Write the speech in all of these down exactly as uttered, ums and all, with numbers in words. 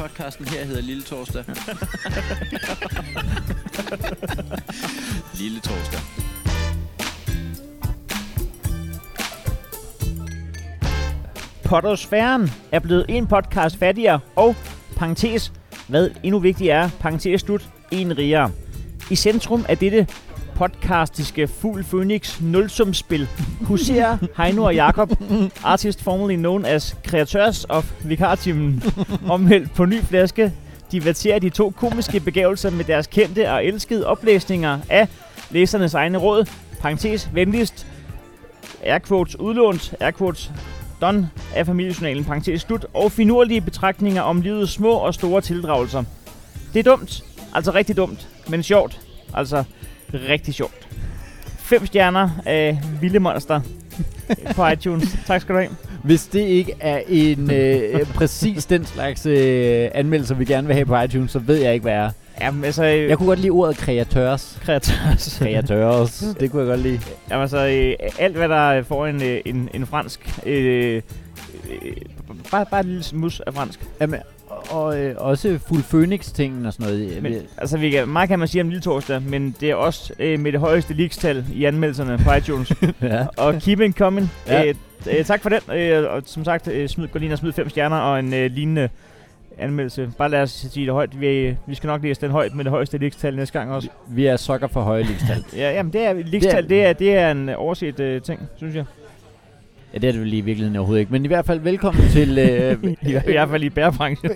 podcasten her hedder Lille Torsdag. Lille Torsdag. Pottosfæren er blevet en podcast fattigere, og, parentes, hvad endnu vigtigere er, parentes slut, en rigere. I centrum af dette podcastiske Fugl Phoenix nulsumspil huserer Heino og Jakob, artist formerly known as Creators of Vikartimen, omhældt på ny flaske, diverterer de to komiske begavelser med deres kendte og elskede oplæsninger af læsernes egne råd, parentes venligst, airquotes udlånt, airquotes done af familiejournalen, parentes slut, og finurlige betragtninger om livets små og store tildragelser. Det er dumt, altså rigtig dumt, men sjovt, altså rigtig sjovt. Fem stjerner af Vilde Monster på iTunes. Tak skal du have. Hvis det ikke er en øh, præcis den slags øh, anmeldelser, vi gerne vil have på iTunes, så ved jeg ikke, hvad er. Jamen, altså, øh, jeg kunne godt lide ordet kreatørs. Kreatørs. Kreatørs. Det kunne jeg godt lide. Jamen, altså, øh, alt hvad der får en, øh, en, en fransk... Øh, øh, bare, bare et lille mus af fransk. Jamen, og øh, også Fugl Phoenix-tingen og sådan noget. Men, altså, vi kan, meget kan man sige om Lille Torsdag, men det er også øh, med det højeste leakstal i anmeldelserne på iTunes. Ja. Og keep it coming. Ja. Øh, øh, tak for den. Øh, og som sagt, øh, smid, gå lige ind og smid fem stjerner og en øh, lignende anmeldelse. Bare lad os sige det højt. Vi, vi skal nok læse den højt med det højeste leakstal næste gang også. Vi, vi er sokker for høje leakstal. Ja, jamen det er leakstal. Det er, det er en overset øh, ting, synes jeg. Ja, det er det vel i virkeligheden overhovedet ikke. Men i hvert fald velkommen til... Øh, I, I hvert fald i bærebranchen.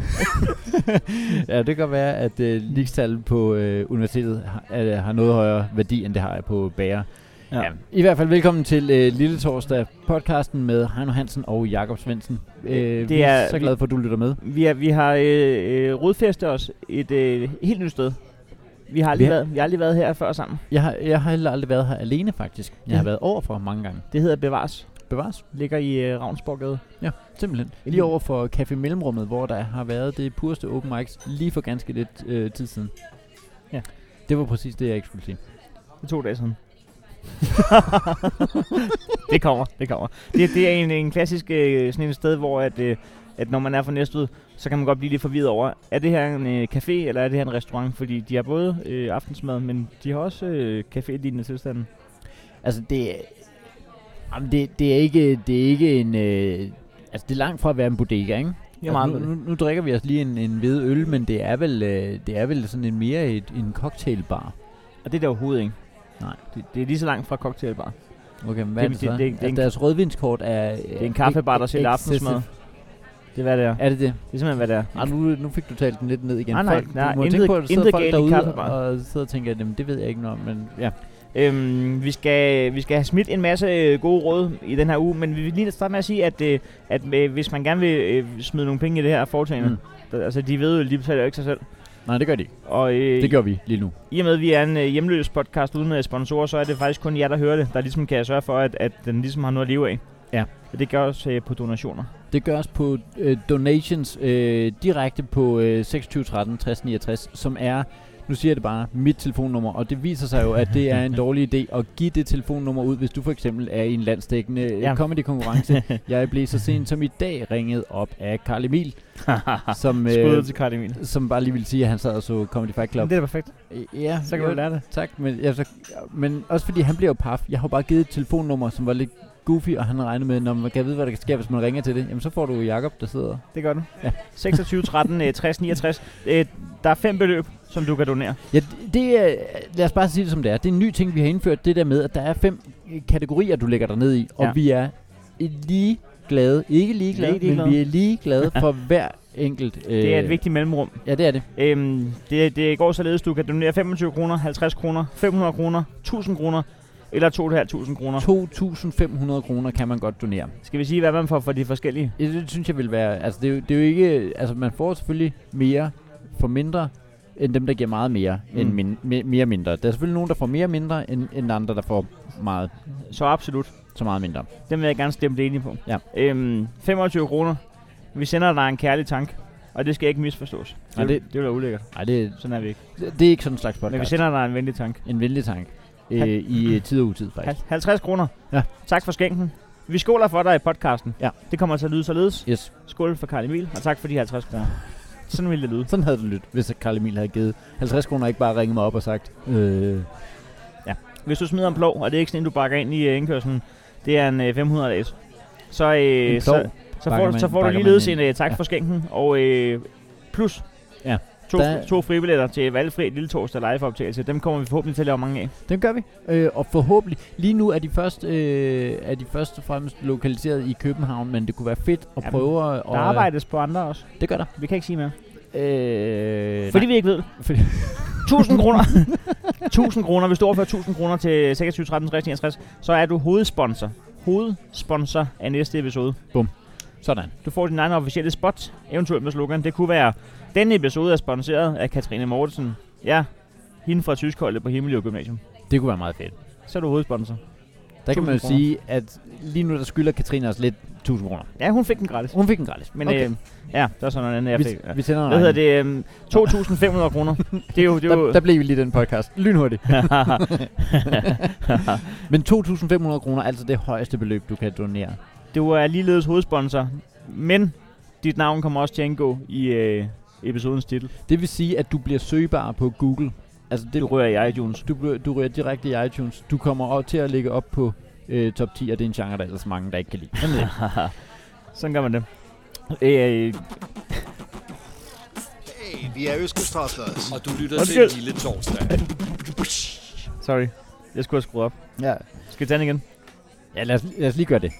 Ja, det kan godt være, at øh, leakstal på øh, universitetet har, øh, har noget højere værdi, end det har på bærer. Ja. Ja. I hvert fald velkommen til øh, Lille Torsdag, podcasten med Heino Hansen og Jakob Svendsen. Øh, vi er, er så glade for, at du lytter med. Vi, er, vi har øh, øh, rodfæstet os et øh, helt nyt sted. Vi har aldrig, vi har, været, vi har aldrig været her før sammen. Jeg har, jeg har heller aldrig været her alene, faktisk. Jeg ja. har været overfor mange gange. Det hedder Bevares. Bevares. Ligger i uh, Ravnsborggade. Ja, simpelthen. Lige over for Café Mellemrummet, hvor der har været det pureste open mics lige for ganske lidt øh, tid siden. Ja. Det var præcis det, jeg ikke skulle sige. Det to dage siden. det kommer, det kommer. Det, det er en, en klassisk øh, sådan et sted, hvor at, øh, at når man er fra Næstved, så kan man godt blive lidt forvirret over, er det her en øh, café, eller er det her en restaurant? Fordi de har både øh, aftensmad, men de har også øh, café-lignende tilstanden. Altså, det er... Jamen, det, det, er ikke, det er ikke en... Øh, altså, det er langt fra at være en bodega, ikke? Altså, nu, nu, nu drikker vi os lige en, en hvide øl, men det er vel, øh, det er vel sådan en mere et, en cocktailbar. Og det er der overhovedet ikke. Nej. Det, det er lige så langt fra cocktailbar. Okay, men hvad det, er det så? Det, det, det, altså, deres rødvinskort er... Det er en kaffebar, der sælger aftensmad. Det er, hvad det er. Er det det? Det er simpelthen, hvad det er. Ah, nu, nu fik du talt den lidt ned igen. Nej, nej, folk, nej. Du må intet, tænke på, at der sidder folk derude og sidder og tænker, at det ved jeg ikke noget om, men ja. Øhm, vi, skal, vi skal have smidt en masse øh, gode råd i den her uge, men vi vil lige starte med at sige, at, øh, at øh, hvis man gerne vil øh, smide nogle penge i det her foretagende, mm. der, altså de ved jo, de betaler jo ikke sig selv. Nej, det gør de ikke. Og, øh, det gør vi lige nu. I og med, at vi er en øh, hjemløs podcast uden sponsorer, så er det faktisk kun jer, der hører det, der ligesom kan sørge for, at, at den ligesom har noget at leve af. Ja. Og det gør os øh, på donationer. Det gør os på øh, donations øh, direkte på øh, seksogtyve tretten tres niogtres, som er... Nu siger jeg det bare, mit telefonnummer, og det viser sig jo, at det er en dårlig idé at give det telefonnummer ud, hvis du for eksempel er i en landsdækkende ja. comedy-konkurrence. Jeg blev så sent som i dag ringet op af Carl Emil, som, øh, til Carl Emil. som bare lige ville sige, at han sad og så Comedy Fight Club. Men det er perfekt. Ja, så kan du lære det. Tak, men, ja, så, men også fordi han bliver jo paf. Jeg har bare givet et telefonnummer, som var lidt goofy, og han har regnet med, når man kan vide, hvad der kan ske, hvis man ringer til det. Jamen, så får du Jakob, der sidder. Det gør du. Ja. seksogtyve tretten tres niogtres. Øh, der er fem beløb, som du kan donere. Ja, det er, lad os bare sige det som det er. Det er en ny ting, vi har indført, det der med, at der er fem kategorier, du lægger dig ned i. Og ja. vi er lige glade, ikke lige glade, lige, men vi er lige glade for hver enkelt. Øh, det er et vigtigt mellemrum. Ja, det er det. Øhm, det, det går således, du kan donere femogtyve kroner, halvtreds kroner, fem hundrede kroner, tusind kroner, eller to tusind fem hundrede kroner. to tusind fem hundrede kroner kan man godt donere. Skal vi sige, hvad man får for de forskellige? Ja, det synes jeg vil være... Altså, det er, jo, det er jo ikke... Altså, man får selvfølgelig mere for mindre, end dem, der giver meget mere, mm. end min, me, mere mindre. Der er selvfølgelig nogen, der får mere mindre, end, end andre, der får meget. Så absolut. Så meget mindre. Den vil jeg gerne stemme det enig på. Ja. Øhm, femogtyve kroner. Vi sender dig en kærlig tank. Og det skal ikke misforstås. Det, Nej, det, det vil være ulækkert. Nej, det sådan er vi ikke. Det, det er ikke sådan en slags podcast. Men vi sender dig en venlig tank. En venlig tank. Øh, I tid og utid, faktisk. halvtreds kroner. Ja. Tak for skænken. Vi skåler for dig i podcasten. Ja. Det kommer til at lyde således. Yes. Skål for Carl Emil, og tak for de halvtreds kroner. Sådan ville det lyde. Sådan havde det lyttet, hvis Karl Emil havde givet halvtreds kroner, ikke bare ringet mig op og sagt, øh, Hvis du smider en plov, og det er ikke sådan en, du bakker ind i uh, indkørslen, det er en uh, fem hundrede dages. Så, uh, en plov, så, så får, man, så får du ligeledes en uh, tak ja. for skænken, og uh, plus ja. to, Der, to fribilletter til valgfri lille torsdag live-optagelse. Dem kommer vi forhåbentlig til at lave mange af. dem gør vi, øh, og forhåbentlig, lige nu er de først, øh, er de først og fremmest lokaliseret i København, men det kunne være fedt at Jamen, prøve at... Der arbejdes på andre også. Det gør der. Vi kan ikke sige mere. Øh, Fordi nej. vi ikke ved. Fordi tusind kroner. tusind kroner. Hvis du overfører tusind kroner til seksogtyve tretten tres niogtres, så er du hovedsponsor. Hovedsponsor af næste episode. Bum. Sådan. Du får din egen officielle spot, eventuelt med slogan. Det kunne være, denne episode er sponsoreret af Katrine Mortensen. Ja, hende fra Tyskholdet på Himmeløv Gymnasium. Det kunne være meget fedt. Så er du hovedsponsor. Der kan man jo kroner. sige, at lige nu der skylder Katrine os lidt tusind kroner. Ja, hun fik den gratis. Hun fik den gratis. Men okay. øh, ja, der er sådan noget andet, jeg vi, fik. Ja. vi sender Hvad hedder det? Øh, to tusind fem hundrede kroner. Det er jo... Det er jo der, der blev vi lige den podcast. Lynhurtigt. Men to tusind fem hundrede kroner er altså det højeste beløb, du kan donere. Du er ligeledes hovedsponsor, men dit navn kommer også til at indgå i øh, episodens titel. Det vil sige, at du bliver søgbar på Google. Altså det, Du rører i iTunes. du, bliver- du rører direkte i iTunes. Du kommer også til at ligge op på øh, top ti, og det er en genre, der er ellers mange, der ikke kan lide. Sådan er det. Sådan gør man det. Øh, Hey, vi er Østkystrastlers. Og du lytter Undskyld. til Lille Torsdag. sorry, jeg skulle have skruet op. Ja. Skal vi tage den igen? Ja, lad os, lad os lige gøre det.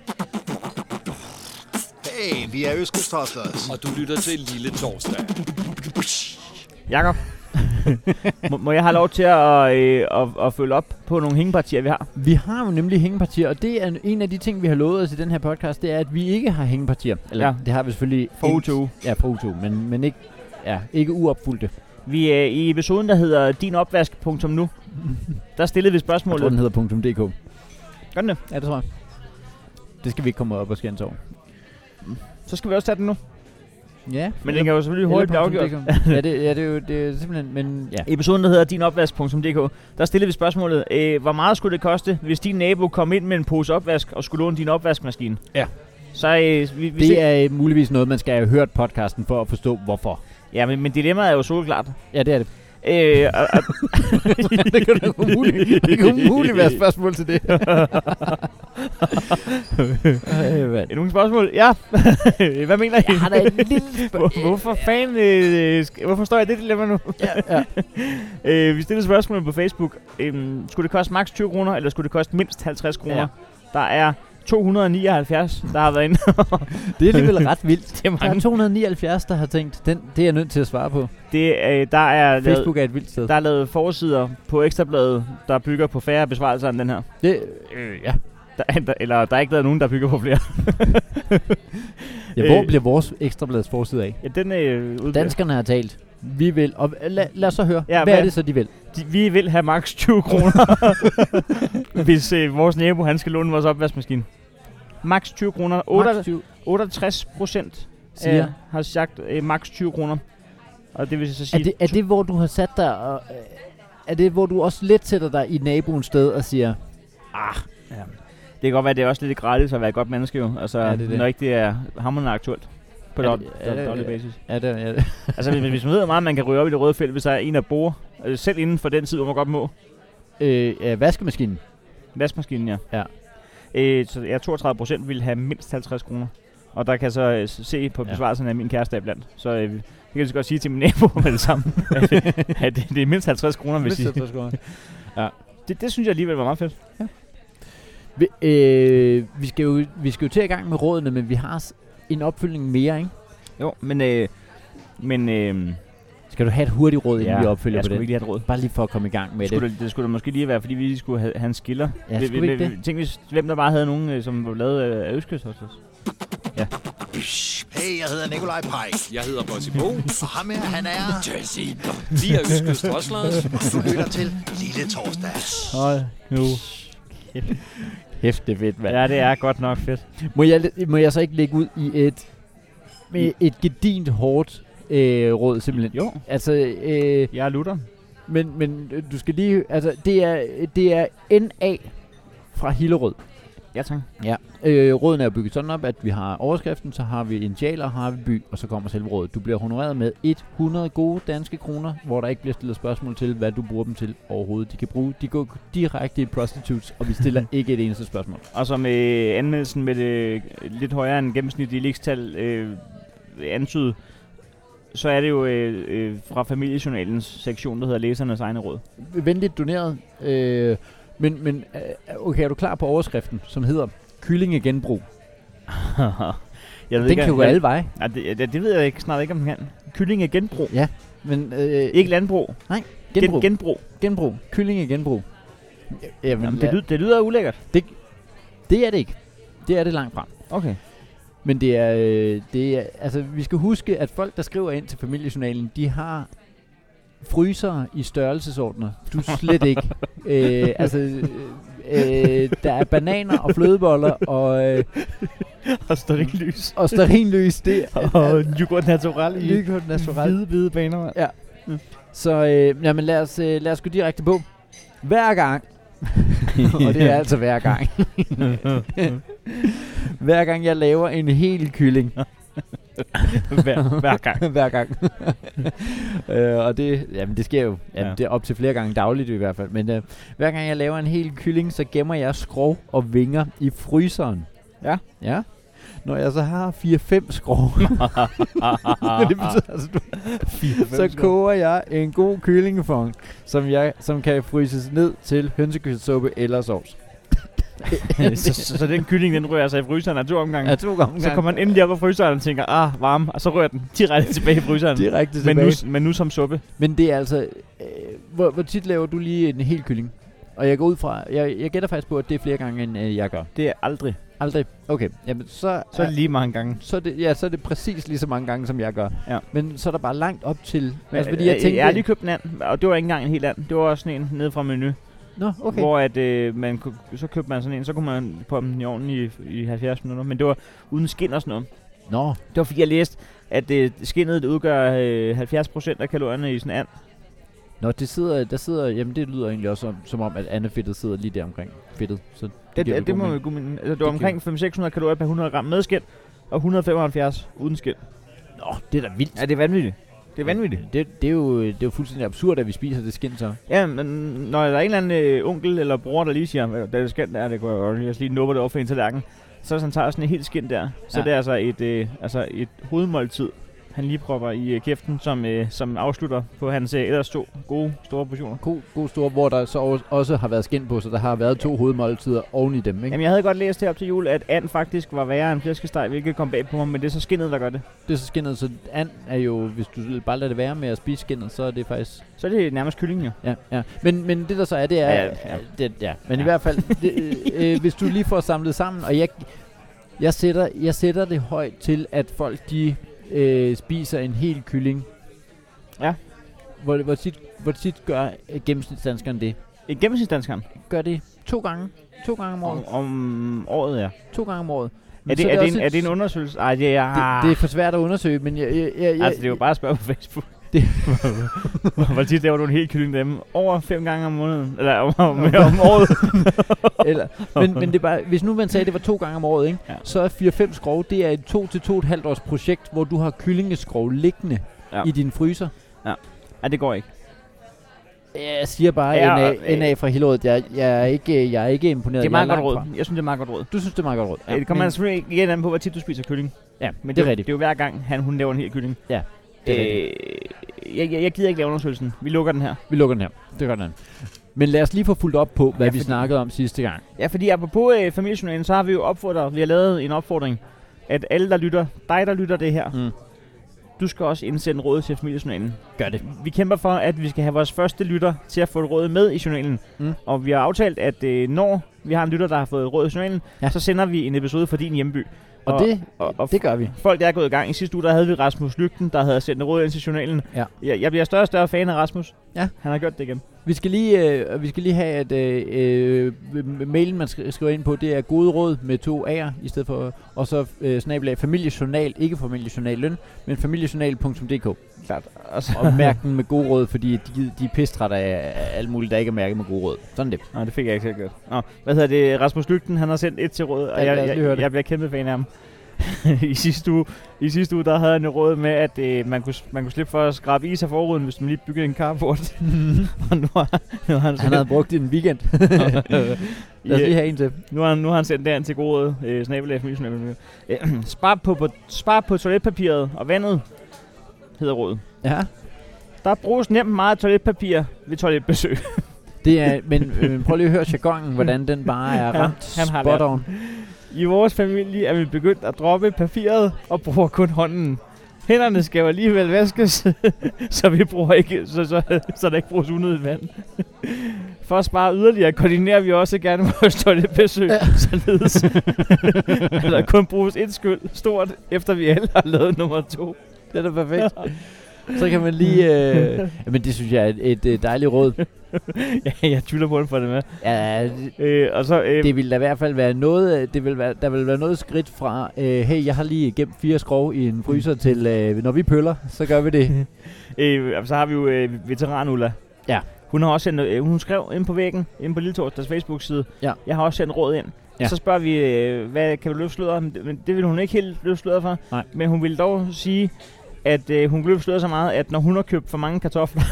Hey, vi er Østkystrastlers. Og du lytter til Lille Torsdag. Jakob, må, må jeg have lov til at, øh, at, at følge op på nogle hængepartier, vi har? Vi har jo nemlig hængepartier, og det er en af de ting, vi har lovet os i den her podcast, det er, at vi ikke har hængepartier. Eller Ja. det har vi selvfølgelig... For uge til uge. Ja, for uge til uge, men, men ikke, ja, ikke uopfulgte. Vi er i episoden, der hedder dinopvask punktum nu. Der stillede vi Jeg tror, spørgsmålet. den hedder .dk. Gør den det? Ja, det tror jeg. Det skal vi ikke komme op og skændes over. Så skal vi også tage den nu. Ja. Men den kan jo selvfølgelig hurtigt blive afgjort. ja, det, ja, det er jo det er simpelthen... Men ja. Episoden, der hedder dinopvask punktum dk, der stillede vi spørgsmålet, øh, hvor meget skulle det koste, hvis din nabo kom ind med en pose opvask og skulle låne din opvaskemaskine? Ja. Så øh, vi, vi Det se- er øh, muligvis noget, man skal have hørt podcasten for at forstå, hvorfor. Ja, men, men dilemmaet er jo soleklart. Ja, det er det. Øh, og, og, det kan da umuligt, det kan umuligt være spørgsmål til det. er der nogle spørgsmål? Ja. Hvad mener I? Jeg har da et lille Hvor, hvorfor fanden øh, sk- hvorfor står jeg i det dilemma nu? ja, ja. øh, vi stillede spørgsmål på Facebook. Øhm, skulle det koste maks tyve kroner, eller skulle det koste mindst halvtreds kroner? Ja. Der er to hundrede nioghalvfjerds, der har været inde. Det er alligevel ret vildt. Det er Der er mange. to hundrede nioghalvfjerds, der har tænkt, den, det er jeg nødt til at svare på. Det, øh, der, er lavet, Facebook er et vildt sted. der er lavet forsider på Ekstrabladet, der bygger på færre besvarelser end den her. Det, øh, ja. Der, er- der, eller der er ikke lavet nogen, der bygger på flere. ja, hvor Øh. bliver vores Ekstrabladets forside af? Ja, den øh, udbyder. Danskerne har talt. Vi vil, og lad, lad os så høre, Ja, ja, hvad, hvad- hvad er det så, de vil? De, vi vil have maks tyve kroner, hvis øh, vores nabo han skal låne vores opvaskemaskine. Maks tyve kroner. Max tyve otteogtres procent siger. øh, har sagt øh, maks tyve kroner. Og det vil så sige... Er det, er det, hvor du har sat dig, og, øh, er det, hvor du også lidt sætter dig i naboens sted og siger, Ah, ja. Det kan godt være, at det er også lidt gratis at være et godt menneske jo. Altså, Ja, det er det. når ikke det er hammerende aktuelt. På Er dag- det- er det- daglig basis. er det, er det? Altså, hvis, hvis man ved, hvor meget man kan ryge op i det røde felt, hvis der er en, der bor, øh, selv inden for den tid, hvor man godt må. øh, ja, vaskemaskinen. Vaskemaskinen, ja. Ja. Øh, så ja, toogtredive procent vil have mindst halvtreds kroner. Og der kan jeg så øh, s- se på Ja. besvarelsen af min kæreste iblandt. Så øh, det kan jeg så godt sige til min nabo med det samme. at, at det, det er mindst halvtreds kroner, hvis I... Det, det synes jeg alligevel var meget fedt. Vi, øh, vi, skal jo, vi skal jo til i gang med rådene, men vi har s- en opfølgning mere, ikke? Jo, men... Øh, men øh, Skal du have et hurtigt råd, inden vi opfølger jeg på skulle det? ikke lige have et råd. Bare lige for at komme i gang med Skulle det. det, det skulle da måske lige være, fordi vi lige skulle have, have en skiller. Ja, skulle vi ikke det? Tænk hvis, hvem der bare havde nogen, øh, som var lavet øh, af Østkyst hos os. Hey, jeg hedder Nikolaj Pej. Jeg hedder Bossy Bo. Og ham her, han er... Jesse. Vi er Østkyst Roslers. Du lytter til Lille Torsdag. Hold nu. Hæft, det er fedt, mand. Ja, det er godt nok fedt. Må jeg, må jeg så ikke lægge ud i et, med et gedint hårdt øh, råd, simpelthen? Jo, Altså, øh, jeg er Luther. men, men øh, du skal lige... Altså, det er, det er N A fra Hillerød. Ja, tak. Ja. Øh, råden er bygget sådan op, at vi har overskriften, så har vi initialer, har vi by, og så kommer selve rådet. Du bliver honoreret med hundrede gode danske kroner, hvor der ikke bliver stillet spørgsmål til, hvad du bruger dem til overhovedet. De kan bruge, de går direkte i prostitutes, og vi stiller ikke et eneste spørgsmål. Og så med anmeldelsen med det lidt højere end gennemsnitlige likstal øh, antydet, så er det jo øh, øh, fra familiejournalens sektion, der hedder Læsernes egne råd. Venligt doneret. Øh, men, men okay, er du klar på overskriften, som hedder Kyllingegenbrug? jeg ved Den ikke, kan jo gå jeg, alle veje. Ja, det, det, det ved jeg ikke, snart ikke, om den kan. Kyllingegenbrug. Ja, men... Øh, ikke landbrug. Nej, genbrug. Gen, genbrug. Genbrug. Kyllingegenbrug. Jamen, Jamen, det, lyder, det lyder ulækkert. Det, det er det ikke. Det er det langt fra. Okay. Men det er, øh, det er... Altså, vi skal huske, at folk, der skriver ind til familiejournalen, de har frysere i størrelsesordner. Du slet ikke. øh, altså, øh, der er bananer og flødeboller og... Øh, og stearinlys. og stearinlys. Det og yoghurt natural i yoghurt natural. hvide, hvide baner. Ja. Mm. Så øh, jamen, lad, os, øh, lad os gå direkte på. Hver gang. og det er altså hver gang. hver gang jeg laver en hel kylling. hver, hver gang. hver gang. øh, og det, jamen det sker jo jamen, ja. det er op til flere gange dagligt i hvert fald. Men øh, hver gang jeg laver en hel kylling, så gemmer jeg skrog og vinger i fryseren. Ja. Ja. Når jeg så har fire fem skrog, det betyder altså, du, så koger jeg en god kyllingefond, som, jeg, som kan fryses ned til hønsekødssuppe eller sovs. så, så, så den kylling, den rører sig i fryseren af to omgange. Ja, to gange. Så kommer man endelig op af fryseren og tænker, ah, varme, og så rører den direkte tilbage i fryseren. Direkte men tilbage. Nu, men nu som suppe. Men det er altså, øh, hvor, hvor tit laver du lige en hel kylling? Og jeg går ud fra, jeg, jeg gætter faktisk på, at det er flere gange, end øh, jeg gør. Det er aldrig. Aldrig? Okay, jamen så... Så er det lige mange gange. Så er det, ja, så er det præcis lige så mange gange, som jeg gør. Ja. Men så er der bare langt op til... Men, altså, fordi jeg, tænkte, jeg har lige købt en and, og det var ikke engang en helt and. Det var også sådan en nede fra Menu. Nå, okay. Hvor at, øh, man, så købte man sådan en, så kunne man på den i ovnen i, i halvfjerds minutter. Men det var uden skin og sådan noget. Nå. Det var fordi jeg læste, at øh, skinnet udgør øh, halvfjerds procent af kalorierne i sådan en and. Nå, det sidder, der sidder, jamen det lyder egentlig også som, som om, at andefedtet sidder lige der omkring fedtet. Så det, det, det, det må vi kunne altså, det var omkring fem til seks hundrede kalorier per hundrede gram med skin, og et hundrede og femoghalvfjerds uden skin. Nå, det er da vildt. Ja, det er vanvittigt. Det er vanvittigt. Det, det, er jo, det er jo fuldstændig absurd, at vi spiser det skin så. Ja, men når der er en eller anden øh, onkel eller bror, der lige siger, det er skin der, det går jo godt, jeg lige nubber det over for en tallerken, så han tager sådan en helt skin der, så ja. Det er altså et, øh, altså et hovedmåltid, han lige propper i øh, kæften, som, øh, som afslutter på hans øh, ellers to gode, store portioner. God, god store, hvor der så også, også har været skin på, så der har været to hovedmåltider oven i dem, ikke? Jamen, jeg havde godt læst her op til jul, at and faktisk var værre end flæskesteg, hvilket kom bag på mig, men det er så skinnet, der gør det. Det er så skinnet, så and er jo, hvis du bare lader det være med at spise skinnet, så er det faktisk... Så er det nærmest kylling, jo. Ja, ja. Men, men det der så er, det er... Ja, ja. Det, ja. Men ja. i hvert fald, det, øh, hvis du lige får samlet sammen, og jeg, jeg, sætter, jeg sætter det højt til, at folk de... Øh, spiser en hel kylling. Ja. Hvor, hvor, tit, hvor tit gør øh, gennemsnitsdanskeren det? I gennemsnitsdanskeren? Gør det to gange. To gange om året. Om, om året, ja. To gange om året. Er det, er, det en, er det en undersøgelse? Ej, det er... Det, det er for svært at undersøge, men jeg... jeg, jeg, jeg altså, det er jo bare at spørge på Facebook. Det hvor tit laver du en hel kylling derhjemme? Over fem gange om måneden? Eller om, om, om året? Eller, men, men det er bare, hvis nu man sagde, at det var to gange om året, ikke? Ja. Så er fire fem skrog, det er et to til to og et halvt års projekt, hvor du har kyllingeskrog liggende ja. i din fryser. Ja. Ej, det går ikke. Jeg siger bare, ja, N A, N A fra Hillerød, jeg, jeg, er ikke, jeg er ikke imponeret. Det er meget godt råd. Fra. Jeg synes, det er meget godt råd. Du synes, det er meget godt råd? Ja, det kommer man selvfølgelig igen an på, hvor tit du spiser kylling. Ja, men det er det, rigtigt. Det er jo hver gang, han, hun laver en hel kylling. Ja, det er øh, jeg, jeg, jeg gider ikke lave undersøgelsen. Vi lukker den her. Vi lukker den her. Det gør den. Men lad os lige få fulgt op på, hvad ja, vi snakkede om sidste gang. Ja, fordi apropos øh, familiejournalen, så har vi jo opfordret, vi har lavet en opfordring, at alle, der lytter, dig, der lytter det her, mm. du skal også indsende råd til familiejournalen. Gør det. Vi kæmper for, at vi skal have vores første lytter til at få et råd med i journalen. Mm. Og vi har aftalt, at øh, når vi har en lytter, der har fået et råd i journalen, ja. så sender vi en episode for din hjemby. Og, og, det, og, og det gør vi. Folk, der er gået i gang. I sidste uge, der havde vi Rasmus Lygten, der havde sendt et råd ind til journalen. Ja. Jeg, jeg bliver større og større fan af Rasmus. Ja. Han har gjort det igen. Vi skal lige, øh, vi skal lige have, at øh, øh, mailen, man skriver ind på, det er gode råd med to A'er, i stedet for, og så øh, snabelag familiejournal, ikke familiejournal løn, men familiejournal punktum d k. Klart. Og, så og mærk den med gode råd, fordi de, de er pistræt af alt muligt, der ikke er mærket med gode råd. Sådan det. Nej, det fik jeg ikke så godt. Nå, hvad hedder det? Rasmus Lygten, han har sendt et til råd, og Ja, jeg, lad os jeg, lige høre jeg, det. jeg bliver kæmpe fan af ham. I sidste uge, i sidste uge, der havde han et råd med, at øh, man, kunne, man kunne slippe for at skrabe is af forruden, hvis man lige byggede en carport. Og nu har, nu har han, Han havde brugt det en weekend. Lad os lige have en til. Nu har, nu har han sendt derind til gode råd, øh, snabelag for min øh, spar, på, på, spar på toiletpapiret og vandet, hedder rådet. Ja. Der bruges nemt meget toiletpapir ved toiletbesøg. Det er, men øh, prøv lige at høre jargonen, hvordan den bare er Ja, ramt han har spot lært. on. I vores familie er vi begyndt at droppe papiret og bruger kun hånden. Hænderne skal jo alligevel vaskes, så vi bruger ikke, så, så, så der ikke bruges unødigt vand. For at spare yderligere, koordinerer vi også gerne vores toiletbesøg, ja. Således at der kun bruges et skyld stort, efter vi alle har lavet nummer to. Det er da perfekt. Så kan man lige... Øh, men det synes jeg er et, et, et dejligt råd. Ja, jeg tvivler på, at få det med. Ja, det, Øh, og så, øh, det vil da i hvert fald være noget... Det vil være, der vil være noget skridt fra... Øh, hey, jeg har lige gemt fire skrov i en fryser til... Øh, når vi pøller, så gør vi det. øh, så har vi jo øh, veteran Ulla. Ja. Hun har også sendt, øh, hun skrev ind på væggen, ind på Lille Torsdags Facebook-side. Ja. Jeg har også sendt råd ind. Ja. Så spørger vi, øh, hvad kan vi løbe sløret? Men det, men det vil hun ikke helt løbe sløret for. Nej. Men hun vil dog sige, at øh, hun løber sløret så meget, at når hun har købt for mange kartofler...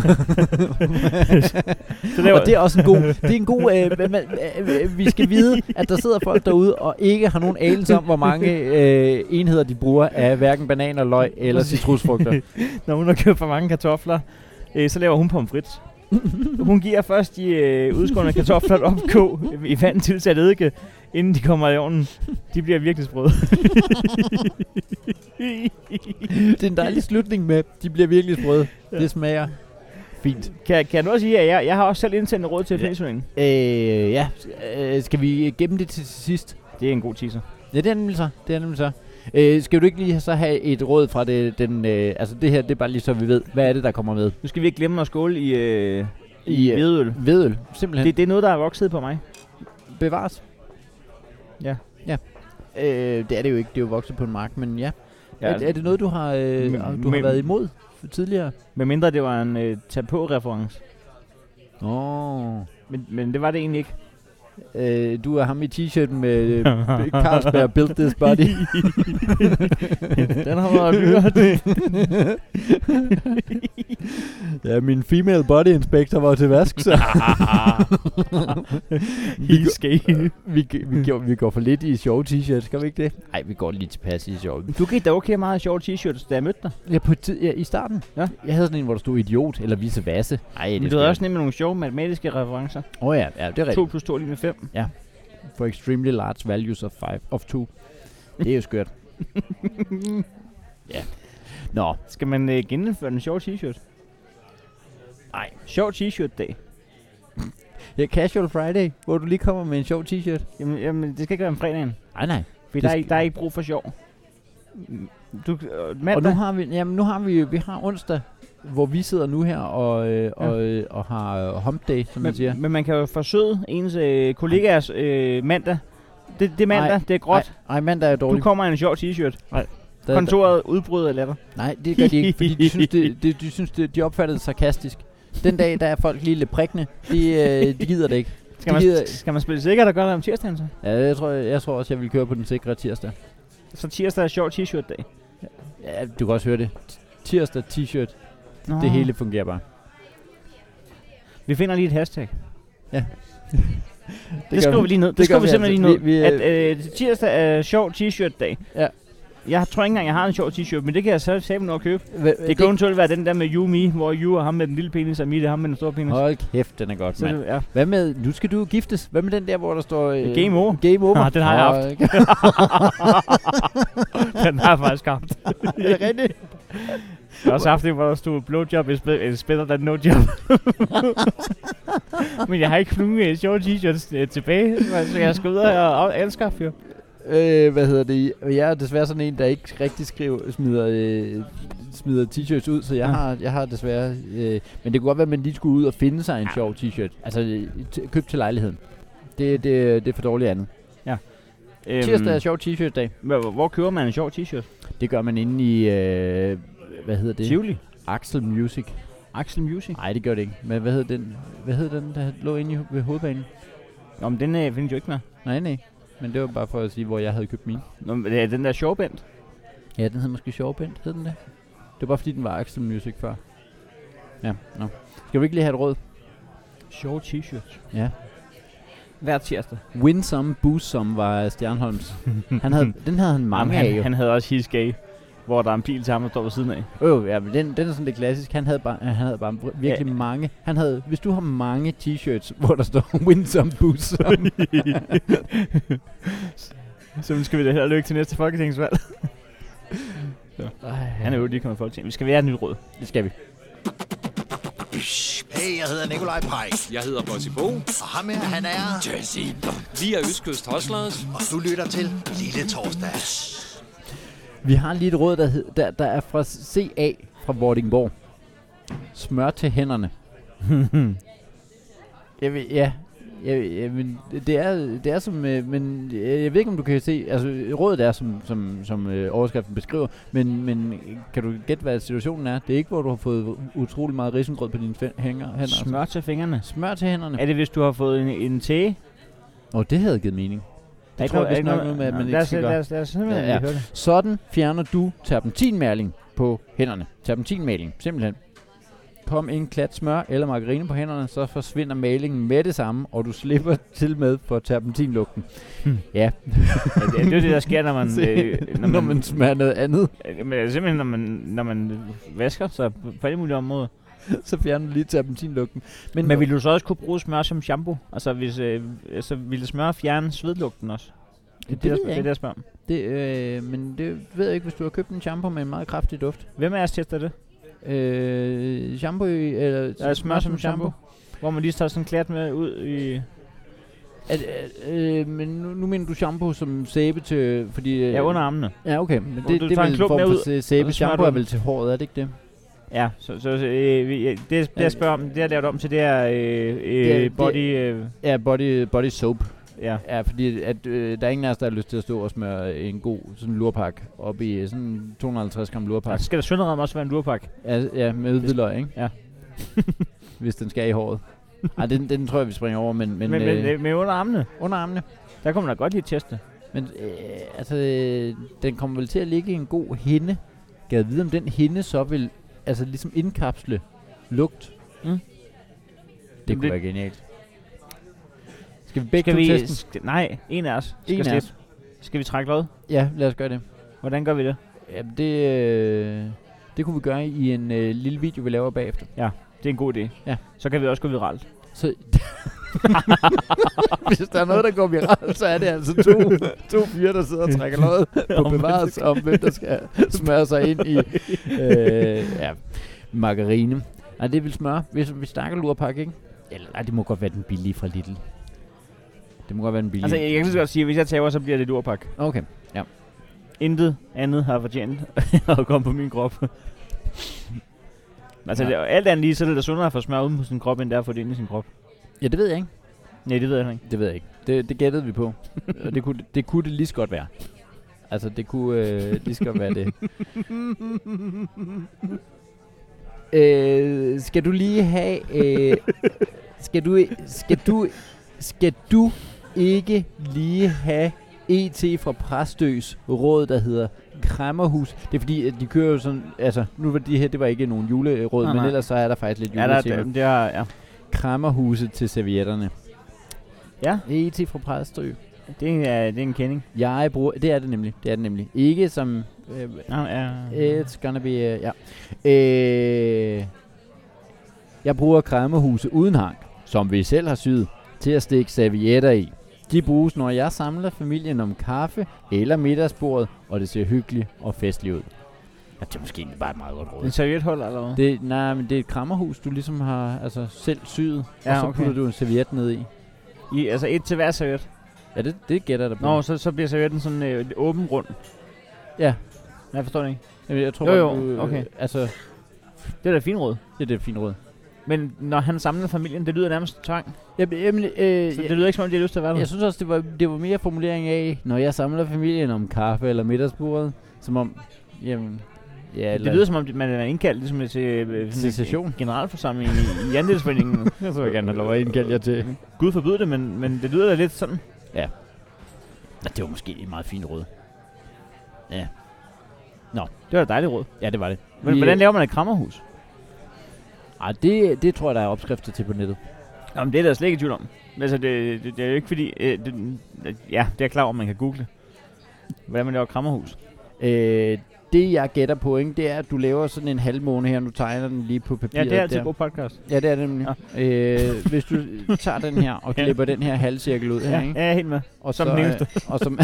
så det, og det er også en god... Det er en god... Øh, man, øh, vi skal vide, at der sidder folk derude og ikke har nogen anelse om, hvor mange øh, enheder de bruger af hverken bananer, løg eller citrusfrugter. Når hun har købt for mange kartofler, øh, så laver hun pomfrit. Hun giver først de øh, udskårne kartofler et opkog i vand tilsat eddike, inden de kommer i ovnen. De bliver virkelig sprøde. Det er en dejlig slutning med, de bliver virkelig sprøde. Ja. Det smager fint. Kan, kan du også sige, at jeg, jeg har også selv indsendt et råd til pensionen? Øh, ja. Øh, skal vi gemme det til sidst? Det er en god teaser. Ja, det er nemlig så. Det er nemlig så. Øh, skal du ikke lige så have et råd fra det, den... Øh, altså det her, det er bare lige så vi ved, hvad er det, der kommer med? Nu skal vi ikke glemme at skåle i, øh, i, I i hvedøl. Hvedøl, simpelthen. Det, det er noget, der er vokset på mig. Bevares. Ja. Ja. Øh, det er det jo ikke, det er jo vokset på en mark, men ja. Ja, er, er det noget, du har, øh, men- du har men- været imod tidligere? Med mindre det var en øh, tag-på-reference. Åh. Oh. Men, men det var det egentlig ikke. Øh, du er ham i t-shirten med øh, Carlsberg Built This Body. Den har været dyrt. Ja, min female body inspector var til vask, så. vi, går, vi, vi, går, vi går for lidt i sjove t-shirts, skal vi ikke det? Nej, vi går lige tilpas i sjove. Du gik da okay meget sjove t-shirts, da jeg mødte dig. Ja, på ti- ja, i starten. Ja. Jeg havde sådan en, hvor der stod idiot eller vise vasse. Ej, Men det du havde også nemlig nogle sjove matematiske referencer. Åh oh, ja, ja, det er to rigtigt. plus to lige med fem. For extremely large values of five of two. Det er jo skørt. Ja. Nå. Skal man øh, genindføre den sjove t-shirt? Nej. Sjov t-shirt-dag. Ja, Casual Friday, hvor du lige kommer med en sjov t-shirt. Jamen, jamen, det skal ikke være om fredagen. Nej, nej. For Det der er, skal- ikke, der er ikke brug for sjov. Du, øh, Og mandag, nu har vi, jamen nu har vi, vi har onsdag, hvor vi sidder nu her og, øh, og, øh, og har øh, hump day, som man siger. men, men man kan jo forsøde ens øh, kollegaers øh, mandag. Det, det er mandag, Ej, det er gråt. Ej, mandag er Du dårligt. kommer i en sjov t-shirt. Der- Kontoret udbryder latter. Nej, det gør de ikke, fordi de synes, det, det, de, synes det, de opfatter det sarkastisk. Den dag, der er folk lige lidt prikkende, de, øh, de gider det ikke. Skal De man, gider, skal man spille sikkert og gøre det om tirsdagen så? ja, jeg tror, jeg tror også, jeg vil køre på den sikre tirsdag. Så tirsdag er sjov t-shirt-dag. Ja, du kan også høre det. Tirsdag, t-shirt, Nå. det hele fungerer bare. Vi finder lige et hashtag. Det, Det, det skriver vi lige ned. Det, det skriver vi gør simpelthen altså. lige ned. Vi- vi, at øh, tirsdag er sjov t-shirt-dag. Ja. Jeg tror ikke engang, jeg har en sjov t-shirt, men det kan jeg så sammen nå at købe. Hva- Det kan eventuelt være den der med You Me, hvor You er ham med den lille penis, og Me det er ham med den store penis. Hold kæft, den er godt, Så mand. det, ja. Hvad med, nu skal du giftes. Hvad med den der, hvor der står... Øh, Game over. Game over. Ah, den har jeg haft. haft. Den har jeg faktisk haft. Er det rigtigt? Jeg har også haft det, hvor der stod blowjob is be- is better than no job. Men jeg har ikke nogen uh, sjove t-shirts uh, tilbage, så jeg skal ud og anskaffe jo. Øh, hvad hedder det? Jeg er desværre sådan en, der ikke rigtig skriver, smider, øh, smider t-shirts ud, så jeg, Ja. har, jeg har desværre... Øh, men det kunne godt være, at man lige skulle ud og finde sig en sjov t-shirt. Altså, øh, t- køb til lejligheden. Det, det, det er for dårligt andet. Øhm, Tirsdag er sjov t-shirt-dag. hvor, hvor køber man en sjov t-shirt? Det gør man inde i... Øh, hvad hedder det? Tivoli. Axel Music. Axel Music? Nej, det gør det ikke. Men hvad hed den, hvad hed den der lå inde i, ved hovedbanen? Nå, men den øh, findes jo ikke med. Nej, nej. Men det var bare for at sige, hvor jeg havde købt min. Nå, men det er den der Showband. Ja, den hed måske Sjovbent, hed den det? Det var bare fordi, den var Axel Music før. Ja, nå. Skal vi ikke lige have et råd? Sjove t-shirts. Ja. Hver tirsdag. Win Some, Boost Some var Stjernholms. han havde, den havde han mange Jamen, af han, jo. han havde også He's Gay, hvor der er en pil til ham, der står ved siden af. Øh, ja, men den, den er sådan lidt klassisk. Han havde bare, han havde bare virkelig Ja. mange. Han havde, hvis du har mange t-shirts, hvor der står Win Some, Boost Some. Så skal vi da held og lykke til næste folketingsvalg. Ej, Han er jo lige kommet i folketinget. Vi skal være et nyt råd. Det skal vi. Hey, jeg hedder Nikolaj Pajk. Jeg hedder Bossy Bo. Og ham her, han er... Jesse. Vi er Østkyst Hustlers. Og du lytter til Lille Torsdag. Vi har lige et råd, der, hed, der, der er fra C A fra Vordingborg. Smør til hænderne. jeg ved, ja, jeg, jeg, men det er, det er som, øh, men jeg, jeg ved ikke om du kan se, altså rådet er som, som, som øh, overskriften beskriver, men, men kan du gætte hvad situationen er? Det er ikke hvor du har fået utrolig meget risengrød på dine fæ- hænger, hænder. Smør til fingrene. Smør til hænderne. Er det, hvis du har fået en, en tæge? Åh, oh, det havde givet mening. Der Det tror jeg vist nok noget med, at man Nå, ikke lad os- skal lad gøre. os- lad os simpelthen Ja, ja. lige høre det. Sådan fjerner du terpentinmaling på hænderne. Terpentinmaling, simpelthen. Kom en klat smør eller margarine på hænderne, så forsvinder malingen med det samme, og du slipper til med for terpentinlugten. Hmm. Ja, Ja, det, det er jo det, der sker, når man... Se, øh, når, når man smager noget andet, Øh, Men simpelthen, når man, når man vasker sig på, på alle mulige områder. så fjerner du lige terpentinlugten. Men, Men vil du så også kunne bruge smør som shampoo? Altså, hvis, øh, altså ville smør fjerne svedlugten også? Det det, ved der, jeg det, er det, jeg spørger om. det, øh, men det ved jeg ikke, hvis du har købt en shampoo med en meget kraftig duft. Hvem af os tester det? Øh, shampoo i, eller Der er smør som shampoo. Hvor man lige tager sådan klædt med ud i... At, at, øh, men nu, nu mener du shampoo som sæbe til, fordi... Øh, Ja, under armene. Ja, okay. Men Hvor det, du det er tager vel en en klump form med for ud, sæ- og sæbe. så smører Shampoo du er den. vel til håret, er det ikke det? Ja, så, så, så øh, vi- det, det jeg spørger om, det jeg lavet om til, det er øh, øh, Det er- body... Øh, Ja, body, body soap. ja. Ja, fordi at, øh, der er ingen af os, der har lyst til at stå og smøre en god sådan lurpak op i øh, sådan to hundrede og halvtreds gram lurpak. Og så skal der sønderredden også være en lurpak. Ja, ja, med hvidløg, ikke? Ja. Hvis den skal i håret. Ej, den, den tror jeg, vi springer over, men... Men, Men, men, øh, men med under armene, under armene. der kunne man da godt lige teste. Men øh, altså, øh, den kommer vel til at ligge i en god hinde. Gad vide, om den hinde så vil altså ligesom indkapsle lugt. Mm. Det Jamen, kunne det- være genialt. Skal vi begge Skal to vi... testen? Skal, nej, en af os skal En af slippe. os. Skal vi trække lod? Ja, lad os gøre det. Hvordan gør vi det? Jamen, det, øh, det kunne vi gøre i en øh, lille video, vi laver bagefter. Det er en god idé. Ja. Så kan vi også gå viralt. Så hvis der er noget, der går viralt, så er det altså to, to fyre, der sidder og trækker noget på bevares om, hvem der skal smøre sig ind i øh, ja, margarine. Nej, det vil smøre. Hvis vi snakker lurpak, ikke? Eller nej, det må godt være den billige fra Lidl. Det må godt være den billige. Altså, jeg kan lige så godt sige, at hvis jeg tager, så bliver det lurpak. Okay, ja. Intet andet har fortjent at komme på min krop. Altså, Ja. det, alt andet lige, så er det da sundere at få smør uden på sin krop, end det er at få det ind i sin krop. Ja, det ved jeg ikke. Nej, det ved jeg ikke. Det ved jeg ikke. Det, det gættede vi på. Og det, kunne, det kunne det lige så godt være. Altså, det kunne øh, lige så godt være det. øh, skal du lige have... Øh, skal du... Skal du... Skal du ikke lige have E T fra Præstøs råd, der hedder Kræmmerhus? Det er fordi, at de kører jo sådan... Altså, nu var de her, det var ikke nogen juleråd, Nej, men nej. ellers så er der faktisk lidt Ja, der, juletema. det, det er, ja. Kræmmerhuset til servietterne. Ja, E T fra Præstø. det er, det er en kending. Jeg bruger... Det er det nemlig. Det er det nemlig. Ikke som... Øh, Ja, ja. it's gonna be... Uh, ja. Øh, jeg bruger kræmmehuse uden hank, som vi selv har syet, til at stikke servietter i. De bruges, når jeg samler familien om kaffe eller middagsbordet, og det ser hyggeligt og festligt ud. Ja, det er måske egentlig bare et meget godt råd. En serviethold eller hvad? Det, nej, men det er et kræmmerhus, du ligesom har altså, selv syet, Ja, og så okay. putter du en serviet ned i. I, altså et til hver serviet. Ja, det, det gætter der på. Nå, så, så bliver servietten sådan øh, åben rund. Ja. Nej, jeg forstår det ikke. Jeg, jeg tror, Jo, jo, godt, du, øh, okay. Altså, Det er da et fint råd. det er det fint råd. Men når han samler familien, det lyder nærmest tvang. Jamen, jamen, øh, Så jeg, det lyder ikke som om, de har lyst til at være der. jeg synes også, det var, det var mere formulering af, når jeg samler familien om kaffe eller middagsbordet, som om, jamen, Ja, Det lyder som om, man er indkaldt ligesom til øh, Til session. en generalforsamling i, i andelsforeningen. Jeg tror jeg gerne have lov at indkalde jer til. Gud forbyde det, men, men det lyder da lidt sådan. Ja. Nå, det var måske et meget fint råd. Ja. Nå. Det var et dejligt råd. Ja, det var det. Men Vi- hvordan laver man et krammerhus? Ej, det, det tror jeg, der er opskrifter til på nettet. Jamen, det er der slet ikke i tvivl om. Altså, det, det, det er jo ikke fordi... Øh, det, ja, det er klar om, man kan google. Hvordan man laver et krammerhus. Øh, det jeg gætter på, ikke, det er, at du laver sådan en halvmåne her. Nu tegner den lige på Ja, papiret. det er altid der. en god podcast. Ja, det er det nemlig. Ja. Øh, hvis du tager den her og Ja. klipper den her halvcirkel ud her, Ja, ikke? jeg er helt med. Og som så, den øh, eneste. og, så,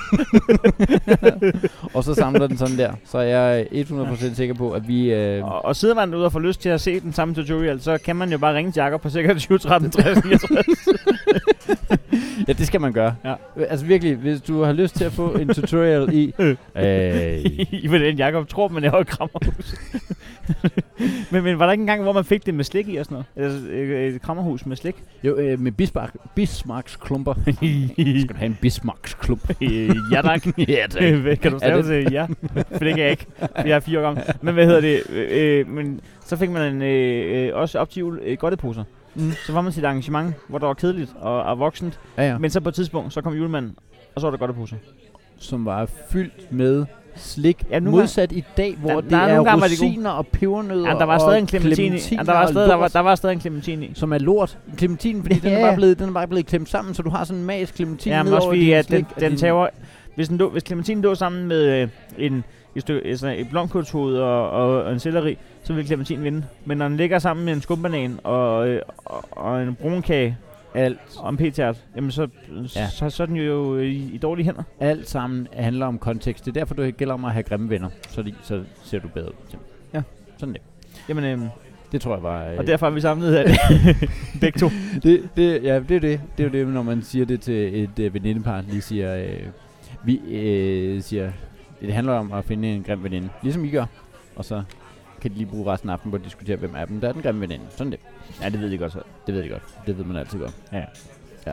og så samler den sådan der. Så er jeg hundrede procent sikker på, at vi... Øh, Og, og sidder man ude og får lyst til at se den samme tutorial, så kan man jo bare ringe til Jakob på sikkert tyve tretten tres niogtres. ja, det skal man gøre. Ja. Altså virkelig, hvis du har lyst til at få en tutorial i... øh, I hvordan Jakob tror, man laver et krammerhus. men, men var der ikke engang, hvor man fik det med slik i og sådan noget? Altså, et, et krammerhus med slik? jo, øh, med Bismarck, Bismarcks klumper. Skal du have en Bismarcks klump? Øh, ja, tak. ja, tak. Kan du stave til ja? For det kan jeg ikke. For jeg er fire år gammel. Men hvad hedder det? Øh, men så fik man en, øh, øh, også op til jul øh, godteposer. Mm. Så var man til et arrangement, hvor der var kedeligt og, og voksent. Ja, ja. Men så på et tidspunkt, så kom julemanden, og så var der godteposer. Som var fyldt med slik. Ja, nu modsat i dag, hvor Ja, det der er er nogle gange, var det rosiner og pebernødder. Ja, der var og stadig en clementine i. Ja, der var og stadig, der var, lort, der var stadig en clementine i. som er lort. Clementinen, fordi den, er Ja. bare blevet, den er bare blevet klemt sammen, så du har sådan en magisk clementin Ja, men ned også over fordi, din at den, slik og den din- tager, hvis, den lå, hvis clementinen lå sammen med øh, en, et, stykke, altså et blomkålshoved og, og, og en selleri, så vil clementinen vinde. Men når den ligger sammen med en skumbanan og, øh, og, og en brunkage alt, og en p-tart, jamen så, Ja. så, så er den jo i, i dårlige hænder. alt sammen handler om kontekst. Det er derfor, det gælder om at have grimme venner. Så, de, så ser du bedre ud. Ja. Sådan det. Jamen, øh, Det tror jeg var... Øh, og derfor er vi samlet her. Begge to. det, det, ja, det er det. Det er jo det, når man siger det til et øh, venindepar. Lige siger... Øh, vi øh, siger... Det handler om at finde en grim veninde. Ligesom I gør. Og så kan de lige bruge resten af aftenen på at diskutere, hvem af dem der er den grimme veninde. Sådan det. Ja, det ved de godt så. Det ved de godt. Det ved man altid godt. Ja. Ja.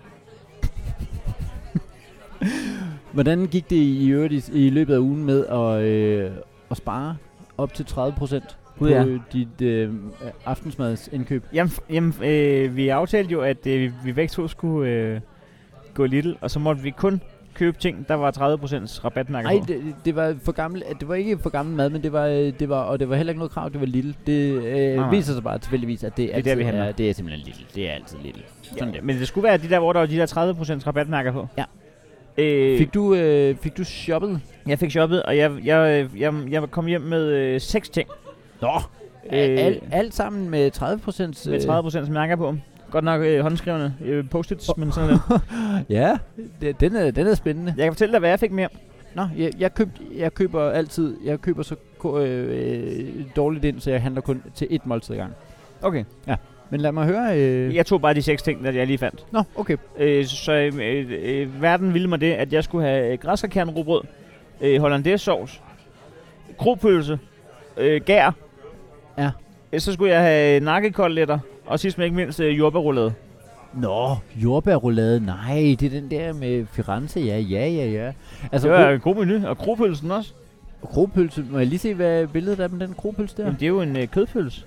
Hvordan gik det i øvrigt i, i løbet af ugen med at, øh, at spare op til tredive procent på Gud, ja. øh, dit øh, aftensmadsindkøb? Jamen, f- jamen øh, vi aftalte jo, at øh, vi begge to skulle øh, gå Lidl, og så måtte vi kun købe ting, der var tredive procent rabatmærker Nej, på. det, det var for gammel. Det var ikke for gammel mad, men det var, øh, det var og det var heller ikke noget krav. Det var Lidl. Det øh, nej. viser sig bare tilfældigvis, at det, er altid der, vi handler. er, det er simpelthen Lidl. Det er altid Lidl. Sådan Ja, der. men det skulle være de der, hvor der var de der tredive procent rabatmærker på. Ja. Øh, Fik du øh, fik du shoppet? jeg fik shoppet, og jeg, jeg, jeg, jeg kom hjem med øh, seks ting. Nå. Øh, Øh, alt, alt sammen med tredive procent. Med tredive procent mærker på. Godt nok øh, håndskrevne øh, post-its, men sådan noget. Ja, det, den er den er spændende. Jeg kan fortælle dig, hvad jeg fik mere. Nå, jeg, jeg, køb, jeg køber altid, jeg køber så ko- øh, øh, dårligt ind, så jeg handler kun til et måltid ad gang. Okay. Men lad mig høre. Øh. Jeg tog bare de seks ting, der jeg lige fandt. Nå, okay. Øh, så øh, øh, verden ville mig det, at jeg skulle have øh, græskarkernrugbrød, øh, hollandaise sovs, kropølse, øh, gær. Ja. Øh, så skulle jeg have nakkekoteletter, og sidst men ikke mindst øh, jordbærroulade. Nå, jordbærroulade. Nej, det er den der med Firenze. Ja, ja, ja, ja. Altså, Det var en god menu, og kropølsen også. ro- kropølse. Må jeg lige se, hvad billedet er med den kropølse der? Jamen, det er jo en øh, kødpølse.